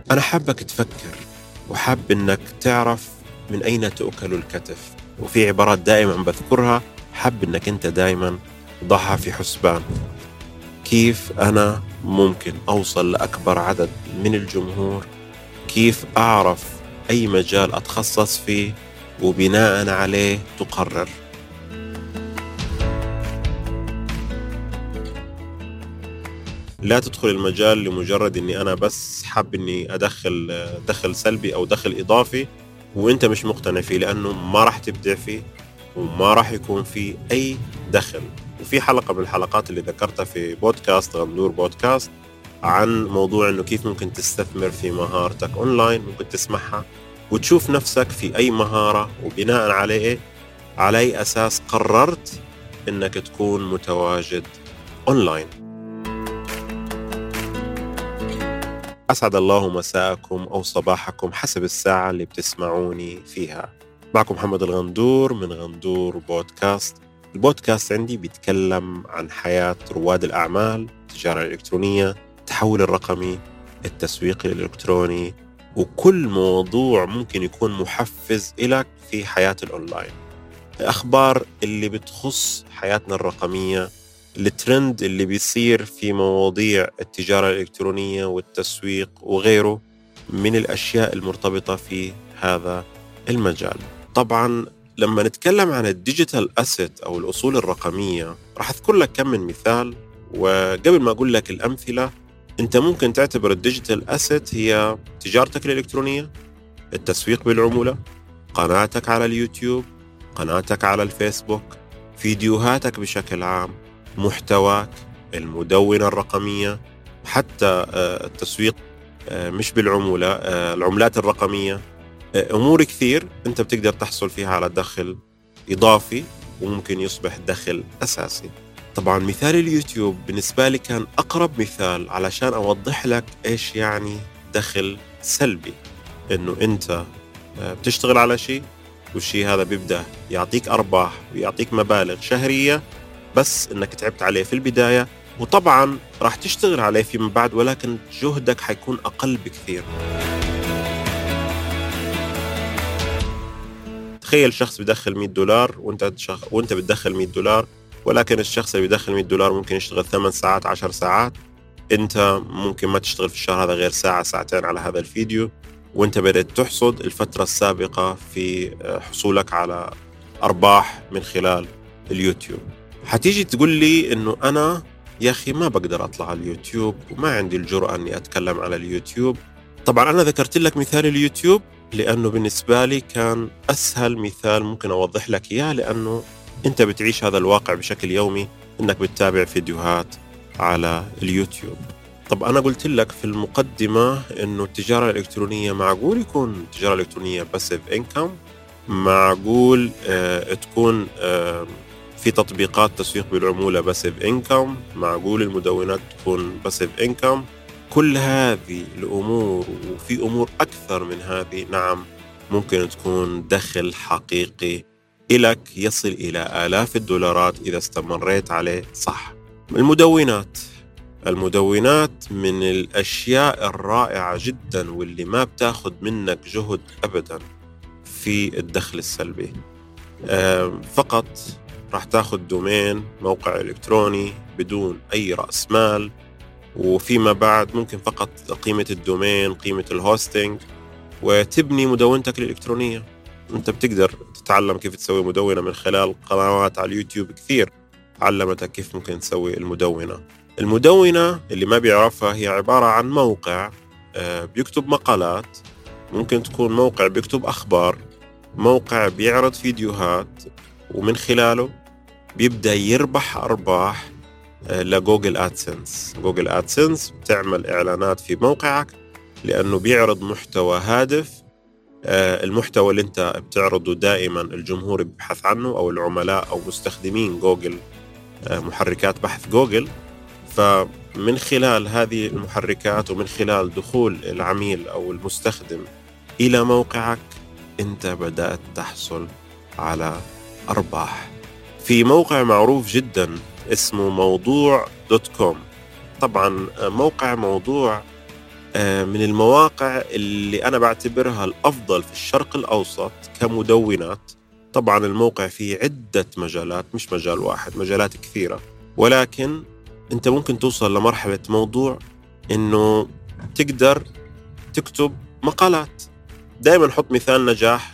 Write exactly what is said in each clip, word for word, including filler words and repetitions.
أنا حابك تفكر وحاب إنك تعرف من أين تؤكل الكتف، وفي عبارات دائما بذكرها حاب إنك أنت دائما ضعها في حسبان. كيف أنا ممكن أوصل لأكبر عدد من الجمهور؟ كيف أعرف أي مجال أتخصص فيه وبناء عليه تقرر؟ لا تدخل المجال لمجرد أني أنا بس حاب أني أدخل دخل سلبي أو دخل إضافي وإنت مش مقتنع فيه، لأنه ما راح تبدع فيه وما راح يكون فيه أي دخل. وفي حلقة من الحلقات اللي ذكرتها في بودكاست غندور بودكاست عن موضوع أنه كيف ممكن تستثمر في مهارتك أونلاين، ممكن تسمعها وتشوف نفسك في أي مهارة وبناء عليه على أي أساس قررت أنك تكون متواجد أونلاين. أسعد الله مساءكم أو صباحكم حسب الساعة اللي بتسمعوني فيها. معكم محمد الغندور من غندور بودكاست. البودكاست عندي بيتكلم عن حياة رواد الأعمال، التجارة الإلكترونية، التحول الرقمي، التسويق الإلكتروني، وكل موضوع ممكن يكون محفز إلك في حياة الأونلاين. الأخبار اللي بتخص حياتنا الرقمية، الترند اللي بيصير في مواضيع التجارة الإلكترونية والتسويق وغيره من الأشياء المرتبطة في هذا المجال. طبعا لما نتكلم عن الديجيتال أسيت أو الأصول الرقمية راح أذكر لك كم من مثال، وقبل ما أقول لك الأمثلة أنت ممكن تعتبر الديجيتال أسيت هي تجارتك الإلكترونية، التسويق بالعمولة، قناتك على اليوتيوب، قناتك على الفيسبوك، فيديوهاتك بشكل عام، محتواك، المدونة الرقمية، حتى التسويق مش بالعمولة، العملات الرقمية، أمور كثير أنت بتقدر تحصل فيها على دخل إضافي وممكن يصبح دخل أساسي. طبعا مثال اليوتيوب بالنسبة لي كان أقرب مثال علشان أوضح لك إيش يعني دخل سلبي، إنه أنت بتشتغل على شيء والشيء هذا بيبدأ يعطيك أرباح ويعطيك مبالغ شهرية بس إنك تعبت عليه في البداية، وطبعا راح تشتغل عليه فيما بعد ولكن جهدك حيكون أقل بكثير. تخيل شخص بيدخل مئة دولار وانت شخ... وانت بتدخل مئة دولار، ولكن الشخص اللي بيدخل مئة دولار ممكن يشتغل ثمان ساعات عشر ساعات، انت ممكن ما تشتغل في الشهر هذا غير ساعة ساعتين على هذا الفيديو، وانت بدأت تحصد الفترة السابقة في حصولك على أرباح من خلال اليوتيوب. حتيجي تقول لي إنه أنا يا أخي ما بقدر أطلع على اليوتيوب وما عندي الجرأة أني أتكلم على اليوتيوب. طبعا أنا ذكرت لك مثال اليوتيوب لأنه بالنسبة لي كان أسهل مثال ممكن أوضح لك إياه، لأنه أنت بتعيش هذا الواقع بشكل يومي إنك بتتابع فيديوهات على اليوتيوب. طب أنا قلت لك في المقدمة إنه التجارة الإلكترونية معقول يكون تجارة إلكترونية باسيف إنكم، معقول آه تكون آه في تطبيقات تسويق بالعمولة باسيف إنكم، معقول المدونات تكون باسيف إنكم. كل هذه الأمور وفي أمور أكثر من هذه نعم ممكن تكون دخل حقيقي إلك يصل إلى آلاف الدولارات إذا استمريت عليه صح. المدونات المدونات من الأشياء الرائعة جدا واللي ما بتاخد منك جهد أبدا في الدخل السلبي. فقط راح تاخد دومين، موقع إلكتروني بدون أي رأس مال، وفيما بعد ممكن فقط قيمة الدومين، قيمة الهوستينج، وتبني مدونتك الإلكترونية. أنت بتقدر تتعلم كيف تسوي مدونة من خلال قنوات على اليوتيوب كثير علمتك كيف ممكن تسوي المدونة. المدونة اللي ما بيعرفها هي عبارة عن موقع بيكتب مقالات، ممكن تكون موقع بيكتب أخبار، موقع بيعرض فيديوهات، ومن خلاله بيبدأ يربح أرباح لجوجل آدسنس. جوجل آدسنس بتعمل إعلانات في موقعك لأنه بيعرض محتوى هادف. المحتوى اللي انت بتعرضه دائما الجمهور بيبحث عنه، أو العملاء أو مستخدمين جوجل، محركات بحث جوجل. فمن خلال هذه المحركات ومن خلال دخول العميل أو المستخدم إلى موقعك انت بدأت تحصل على أرباح. في موقع معروف جدا اسمه موضوع دوت كوم. طبعا موقع موضوع من المواقع اللي أنا بعتبرها الأفضل في الشرق الأوسط كمدونات. طبعاً الموقع فيه عدة مجالات، مش مجال واحد، مجالات كثيرة، ولكن أنت ممكن توصل لمرحلة موضوع إنه تقدر تكتب مقالات. دائماً حط مثال نجاح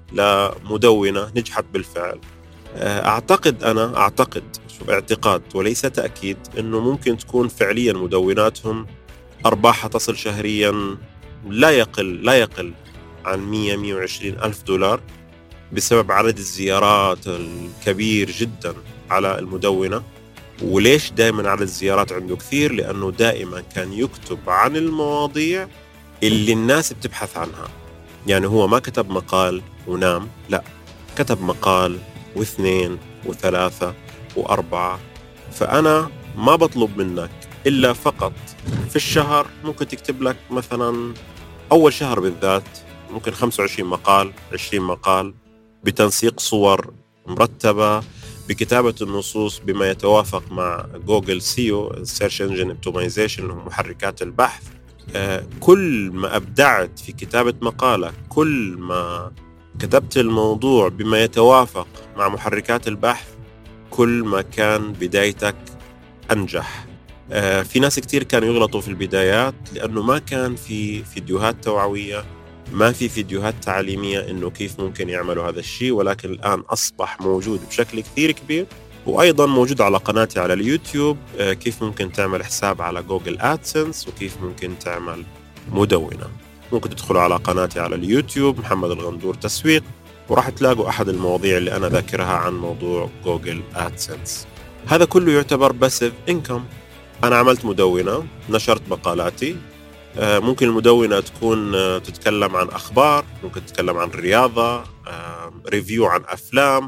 لمدونة نجحت بالفعل. أعتقد أنا أعتقد شوف اعتقاد وليس تأكيد إنه ممكن تكون فعلياً مدوناتهم أرباحها تصل شهرياً لا يقل لا يقل عن مية مية وعشرين ألف دولار بسبب عدد الزيارات الكبير جداً على المدونة. وليش دائماً عدد الزيارات عنده كثير؟ لأنه دائماً كان يكتب عن المواضيع اللي الناس بتبحث عنها. يعني هو ما كتب مقال ونام، لا، كتب مقال واثنين وثلاثة وأربعة. فأنا ما بطلب منك إلا فقط في الشهر ممكن تكتب لك مثلا أول شهر بالذات ممكن خمسة وعشرين مقال، عشرين مقال، بتنسيق صور مرتبة، بكتابة النصوص بما يتوافق مع جوجل سيو Search Engine Optimization، محركات البحث. آه كل ما أبدعت في كتابة مقالة، كل ما كتبت الموضوع بما يتوافق مع محركات البحث، كل ما كان بدايتك أنجح. آه في ناس كتير كانوا يغلطوا في البدايات لأنه ما كان في فيديوهات توعوية، ما في فيديوهات تعليمية إنه كيف ممكن يعملوا هذا الشيء. ولكن الآن أصبح موجود بشكل كثير كبير، وأيضا موجود على قناتي على اليوتيوب آه كيف ممكن تعمل حساب على جوجل آدسنس وكيف ممكن تعمل مدونة. ممكن تدخلوا على قناتي على اليوتيوب محمد الغندور تسويق، وراح تلاقوا أحد المواضيع اللي أنا ذاكرها عن موضوع جوجل آدسنس. هذا كله يعتبر باسيف إنكم. أنا عملت مدونة، نشرت مقالاتي. ممكن المدونة تكون تتكلم عن أخبار، ممكن تتكلم عن رياضة، ريفيو عن أفلام،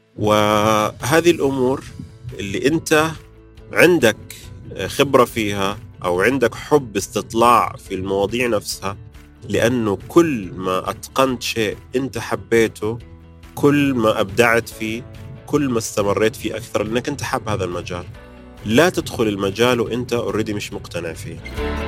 وهذه الأمور اللي أنت عندك خبرة فيها أو عندك حب استطلاع في المواضيع نفسها. لأنه كل ما أتقنت شيء أنت حبيته، كل ما أبدعت فيه، كل ما استمريت فيه أكثر، لأنك أنت حب هذا المجال. لا تدخل المجال وأنت أوريدي مش مقتنع فيه.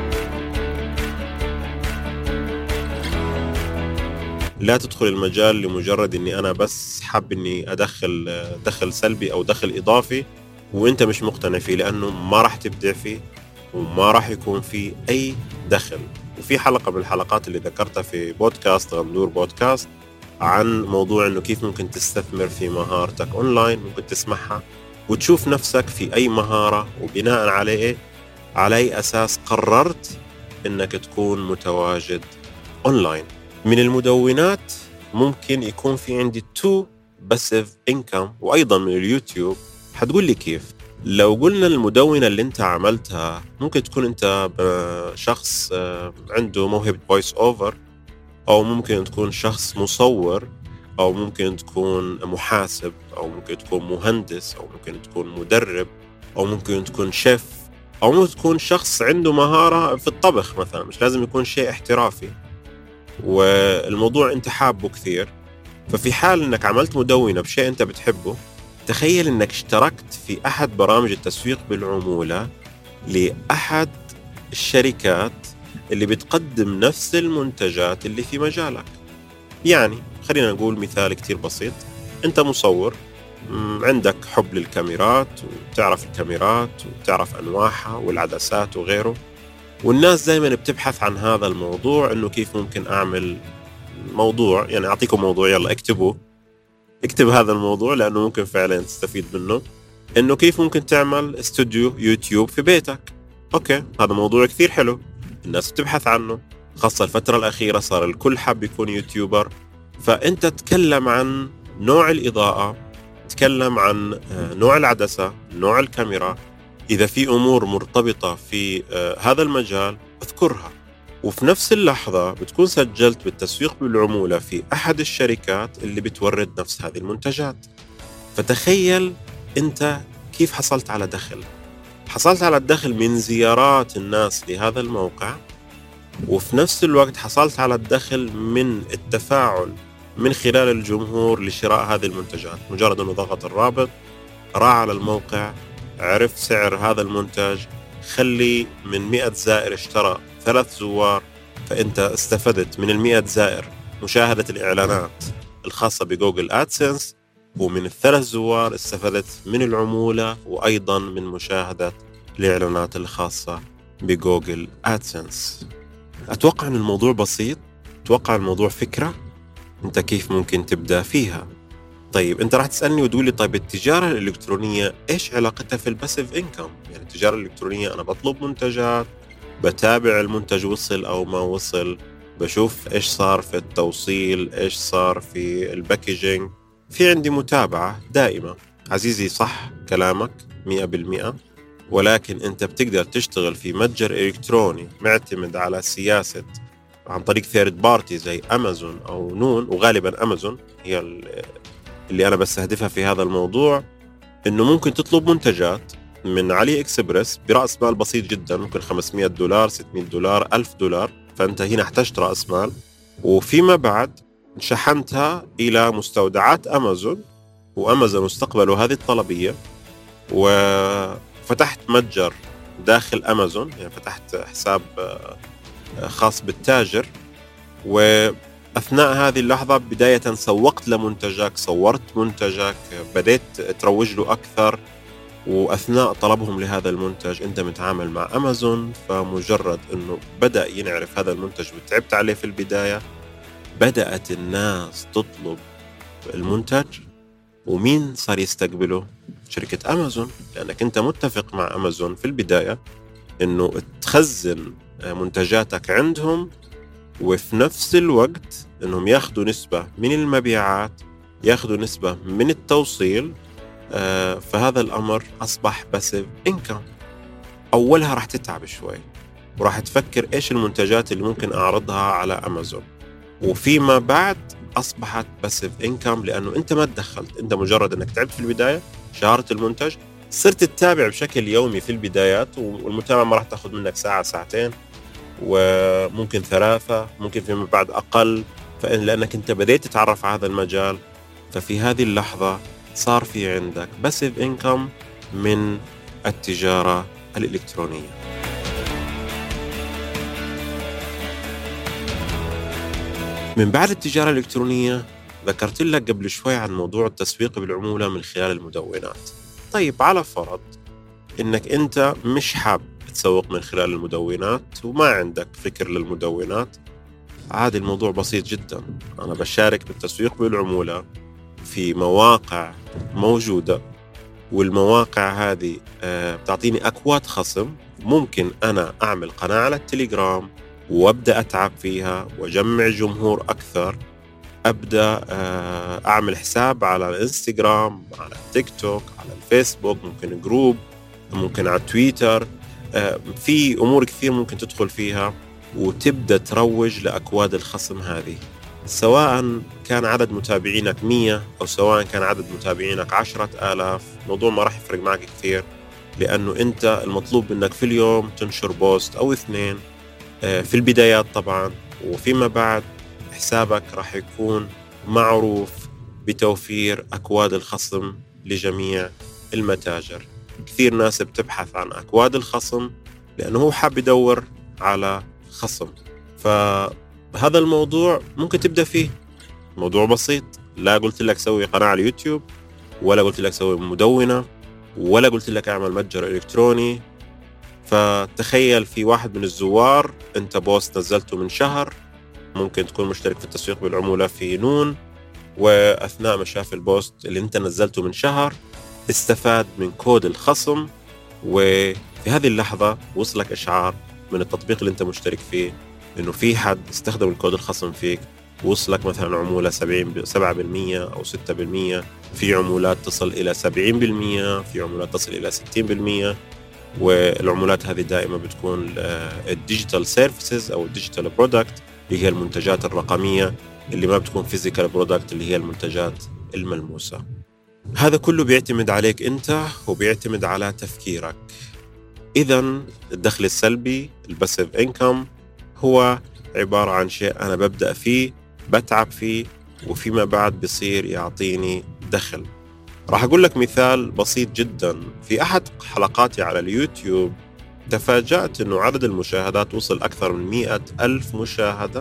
لا تدخل المجال لمجرد أني أنا بس حاب أني أدخل دخل سلبي أو دخل إضافي وأنت مش مقتنع فيه، لأنه ما راح تبدع فيه وما راح يكون فيه أي دخل. وفي حلقة من الحلقات اللي ذكرتها في بودكاست غندور بودكاست عن موضوع أنه كيف ممكن تستثمر في مهارتك أونلاين، ممكن تسمعها وتشوف نفسك في أي مهارة وبناء عليه على أي أساس قررت أنك تكون متواجد أونلاين. من المدونات ممكن يكون في عندي تو باسيف إنكم، وأيضا من اليوتيوب. حتقول لي كيف؟ لو قلنا المدونة اللي انت عملتها ممكن تكون انت شخص عنده موهبة فويس اوفر، او ممكن تكون شخص مصور، او ممكن تكون محاسب، او ممكن تكون مهندس، او ممكن تكون مدرب، او ممكن تكون شيف، او ممكن تكون شخص عنده مهارة في الطبخ مثلا، مش لازم يكون شيء احترافي والموضوع انت حابه كثير. ففي حال انك عملت مدونة بشيء انت بتحبه، تخيل انك اشتركت في احد برامج التسويق بالعمولة لأحد الشركات اللي بتقدم نفس المنتجات اللي في مجالك. يعني خلينا نقول مثال كتير بسيط، انت مصور، عندك حب للكاميرات وتعرف الكاميرات وتعرف انواعها والعدسات وغيره، والناس دايما بتبحث عن هذا الموضوع، انه كيف ممكن اعمل موضوع. يعني اعطيكم موضوع، يلا اكتبوه، اكتب هذا الموضوع لأنه ممكن فعلا تستفيد منه. إنه كيف ممكن تعمل استوديو يوتيوب في بيتك. أوكي، هذا موضوع كثير حلو، الناس بتبحث عنه، خاصة الفترة الأخيرة صار الكل حاب يكون يوتيوبر. فأنت تتكلم عن نوع الإضاءة، تتكلم عن نوع العدسة، نوع الكاميرا. إذا في أمور مرتبطة في هذا المجال اذكرها، وفي نفس اللحظة بتكون سجلت بالتسويق بالعمولة في أحد الشركات اللي بتورد نفس هذه المنتجات. فتخيل أنت كيف حصلت على دخل. حصلت على الدخل من زيارات الناس لهذا الموقع، وفي نفس الوقت حصلت على الدخل من التفاعل من خلال الجمهور لشراء هذه المنتجات. مجرد أنه ضغط الرابط، راح على الموقع، عرف سعر هذا المنتج، خلي من مئة زائر اشترى ثلاث زوار، فأنت استفدت من المئة زائر مشاهدة الإعلانات الخاصة بجوجل أدسنس، ومن الثلاث زوار استفدت من العمولة وأيضا من مشاهدة الإعلانات الخاصة بجوجل أدسنس. أتوقع أن الموضوع بسيط، أتوقع الموضوع فكرة أنت كيف ممكن تبدأ فيها. طيب أنت راح تسألني وتقولي طيب التجارة الإلكترونية إيش علاقتها في الباسيف إنكم؟ يعني التجارة الإلكترونية أنا بطلب منتجات، بتابع المنتج وصل أو ما وصل، بشوف إيش صار في التوصيل، إيش صار في الباكيجينج، في عندي متابعة دائمة. عزيزي صح كلامك مئة بالمئة، ولكن أنت بتقدر تشتغل في متجر إلكتروني معتمد على سياسة عن طريق ثيرد بارتي زي أمازون أو نون، وغالبا أمازون هي اللي أنا بستهدفها في هذا الموضوع، إنه ممكن تطلب منتجات من علي إكسبرس برأس مال بسيط جدا، ممكن خمسمئة دولار، ستمئة دولار، ألف دولار، فأنت هنا احتجت رأس مال، وفيما بعد شحنتها إلى مستودعات أمازون، وأمازون استقبلوا هذه الطلبية وفتحت متجر داخل أمازون، يعني فتحت حساب خاص بالتاجر، وأثناء هذه اللحظة بداية سوقت لمنتجك، صورت منتجك، بديت تروج له أكثر، وأثناء طلبهم لهذا المنتج أنت متعامل مع أمازون، فمجرد أنه بدأ ينعرف هذا المنتج وتعبت عليه في البداية، بدأت الناس تطلب المنتج. ومين صار يستقبله؟ شركة أمازون، لأنك أنت متفق مع أمازون في البداية أنه تخزن منتجاتك عندهم، وفي نفس الوقت أنهم يأخذوا نسبة من المبيعات، يأخذوا نسبة من التوصيل. آه فهذا الأمر أصبح باسيف إنكم. أولها راح تتعب شوي وراح تفكر إيش المنتجات اللي ممكن أعرضها على أمازون، وفيما بعد أصبحت باسيف إنكم لأنه أنت ما تدخلت، أنت مجرد أنك تعبت في البداية، شهرت المنتج، صرت تتابع بشكل يومي في البدايات، والمتابعة ما راح تأخذ منك ساعة ساعتين وممكن ثلاثة، ممكن فيما بعد أقل، فإن لأنك أنت بديت تتعرف على هذا المجال، ففي هذه اللحظة صار في عندك باسيف إنكم من التجارة الإلكترونية. من بعد التجارة الإلكترونية ذكرت لك قبل شوي عن موضوع التسويق بالعمولة من خلال المدونات. طيب على فرض إنك أنت مش حاب تسوق من خلال المدونات وما عندك فكر للمدونات، عادي الموضوع بسيط جدا. أنا بشارك بالتسويق بالعمولة في مواقع موجودة، والمواقع هذه بتعطيني أكواد خصم. ممكن أنا أعمل قناة على التليجرام وأبدأ أتعب فيها وأجمع جمهور أكثر، أبدأ أعمل حساب على الإنستغرام، على التيك توك، على الفيسبوك، ممكن جروب، ممكن على تويتر، في أمور كثير ممكن تدخل فيها وتبدأ تروج لأكواد الخصم هذه، سواء كان عدد متابعينك مية أو سواء كان عدد متابعينك عشرة آلاف. الموضوع ما راح يفرق معك كثير، لأنه أنت المطلوب منك في اليوم تنشر بوست أو اثنين في البدايات طبعا، وفيما بعد حسابك راح يكون معروف بتوفير أكواد الخصم لجميع المتاجر. كثير ناس بتبحث عن أكواد الخصم لأنه هو حاب يدور على خصم، فهذا الموضوع ممكن تبدأ فيه. موضوع بسيط، لا قلت لك سوي قناة على اليوتيوب، ولا قلت لك سوي مدونة، ولا قلت لك اعمل متجر إلكتروني. فتخيل في واحد من الزوار انت بوست نزلته من شهر، ممكن تكون مشترك في التسويق بالعمولة في نون، وأثناء ما شاف البوست اللي انت نزلته من شهر استفاد من كود الخصم، وفي هذه اللحظة وصلك إشعار من التطبيق اللي انت مشترك فيه انه في حد استخدم الكود الخصم فيك، وصلك مثلا عمولة سبعة بالمية أو ستة بالمية، في عمولات تصل إلى سبعين بالمية، في عمولات تصل إلى ستين بالمية. والعمولات هذه دائما بتكون الديجيتال سيرفيسز أو الديجيتال برودكت، اللي هي المنتجات الرقمية اللي ما بتكون فيزيكال برودكت، اللي هي المنتجات الملموسة. هذا كله بيعتمد عليك أنت وبيعتمد على تفكيرك. إذن الدخل السلبي الباسيف إنكم هو عبارة عن شيء أنا ببدأ فيه، بتعب فيه، وفيما بعد بيصير يعطيني دخل. راح أقول لك مثال بسيط جدا. في أحد حلقاتي على اليوتيوب تفاجأت أنه عدد المشاهدات وصل أكثر من مئة ألف مشاهدة،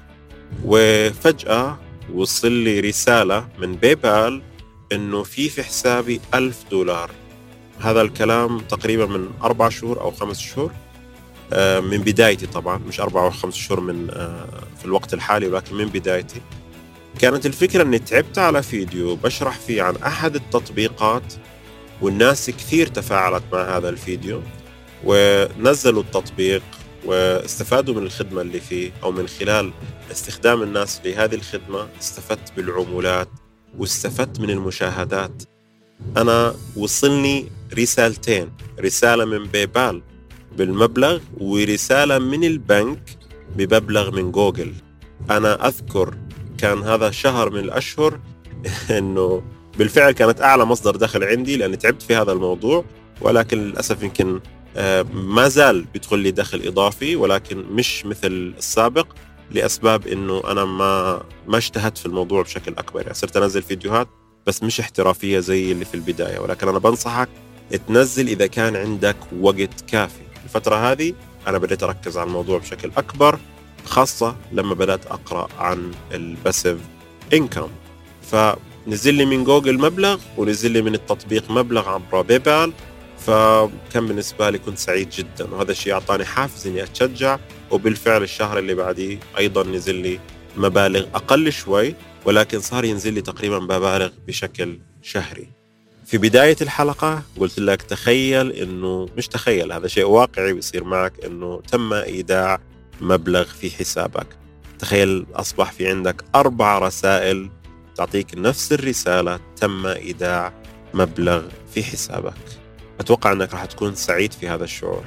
وفجأة وصل لي رسالة من بايبال أنه في في حسابي ألف دولار. هذا الكلام تقريبا من أربع شهور أو خمس شهور من بدايتي، طبعا مش أربع أو خمس شهور من في الوقت الحالي، ولكن من بدايتي. كانت الفكرة أني تعبت على فيديو بشرح فيه عن أحد التطبيقات، والناس كثير تفاعلت مع هذا الفيديو ونزلوا التطبيق واستفادوا من الخدمة اللي فيه، أو من خلال استخدام الناس لهذه الخدمة استفدت بالعمولات واستفدت من المشاهدات. أنا وصلني رسالتين، رسالة من بايبال بالمبلغ ورسالة من البنك بمبلغ من جوجل. أنا أذكر كان هذا شهر من الأشهر أنه بالفعل كانت أعلى مصدر دخل عندي لأني تعبت في هذا الموضوع، ولكن للأسف يمكن ما زال بيدخل لي دخل إضافي، ولكن مش مثل السابق لأسباب أنه أنا ما ما اجتهدت في الموضوع بشكل أكبر. يعني صرت أنزل فيديوهات بس مش احترافية زي اللي في البداية، ولكن أنا بنصحك تنزل إذا كان عندك وقت كافي. الفترة هذه أنا بديت أركز على الموضوع بشكل أكبر، خاصة لما بدأت أقرأ عن الباسيف إنكم. فنزل لي من جوجل مبلغ ونزل لي من التطبيق مبلغ عبر بايبال، فكان بالنسبة لي كنت سعيد جدا، وهذا الشيء أعطاني حافز إني أتشجع. وبالفعل الشهر اللي بعديه أيضا نزل لي مبالغ أقل شوي، ولكن صار ينزل لي تقريبا مبالغ بشكل شهري. في بداية الحلقة قلت لك تخيل إنه مش تخيل، هذا شيء واقعي بيصير معك، إنه تم إيداع مبلغ في حسابك. تخيل أصبح في عندك أربع رسائل تعطيك نفس الرسالة، تم إيداع مبلغ في حسابك. أتوقع أنك راح تكون سعيد في هذا الشعور.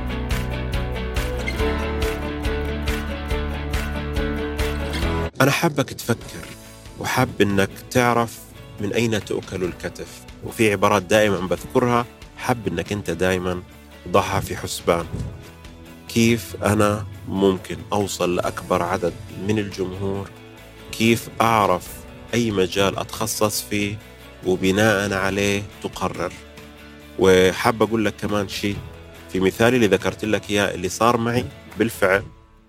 أنا حابك تفكر، وحاب أنك تعرف من أين تؤكل الكتف. وفي عبارات دائما بذكرها، حاب أنك أنت دائما ضعها في حسبان. كيف أنا ممكن أوصل لأكبر عدد من الجمهور؟ كيف أعرف أي مجال أتخصص فيه وبناء عليه تقرر؟ وحاب أقول لك كمان شيء في مثالي اللي ذكرت لك إياه اللي صار معي بالفعل.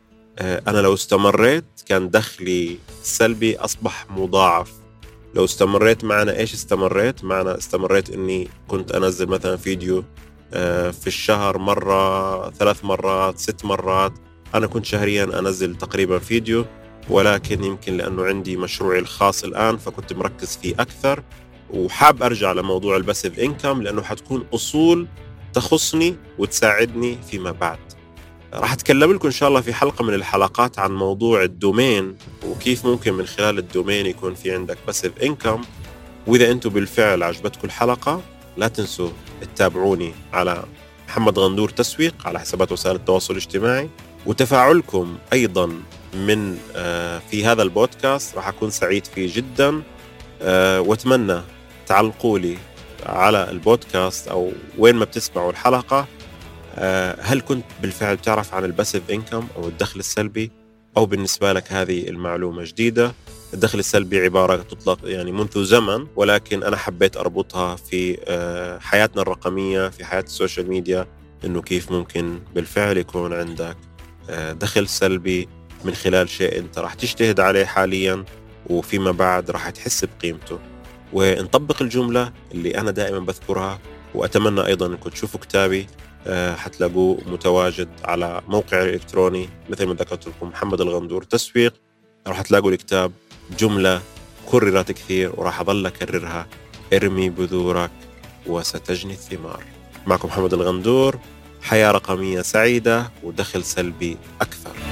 أنا لو استمريت كان دخلي السلبي أصبح مضاعف. لو استمريت معنا إيش استمريت معنا استمريت إني كنت أنزل مثلا فيديو في الشهر مرة، ثلاث مرات، ست مرات. أنا كنت شهريا أنزل تقريبا فيديو، ولكن يمكن لأنه عندي مشروعي الخاص الآن فكنت مركز فيه أكثر. وحاب أرجع لموضوع الباسيف إنكم لأنه حتكون أصول تخصني وتساعدني فيما بعد. راح أتكلم لكم إن شاء الله في حلقة من الحلقات عن موضوع الدومين، وكيف ممكن من خلال الدومين يكون في عندك باسيف إنكم. وإذا أنتم بالفعل عجبتكم الحلقة لا تنسوا تتابعوني على محمد غندور تسويق على حسابات وسائل التواصل الاجتماعي، وتفاعلكم أيضا من في هذا البودكاست راح أكون سعيد فيه جدا. وأتمنى تعلقوا لي على البودكاست أو وين ما بتسمعوا الحلقة، هل كنت بالفعل تعرف عن الباسيف إنكم أو الدخل السلبي، أو بالنسبة لك هذه المعلومة جديدة؟ الدخل السلبي عبارة تطلق يعني منذ زمن، ولكن أنا حبيت أربطها في حياتنا الرقمية، في حياة السوشيال ميديا، إنه كيف ممكن بالفعل يكون عندك دخل سلبي من خلال شيء أنت راح تجتهد عليه حاليا وفيما بعد راح تحس بقيمته. ونطبق الجملة اللي أنا دائما بذكرها، وأتمنى أيضا أنكم تشوفوا كتابي، حتلاقوه متواجد على موقع الإلكتروني مثل ما ذكرت لكم محمد الغندور تسويق. راح تلاقوا الكتاب جملة كررت كثير وراح أظل أكررها: ارمي بذورك وستجني الثمار. معكم محمد الغندور، حياة رقمية سعيدة ودخل سلبي أكثر.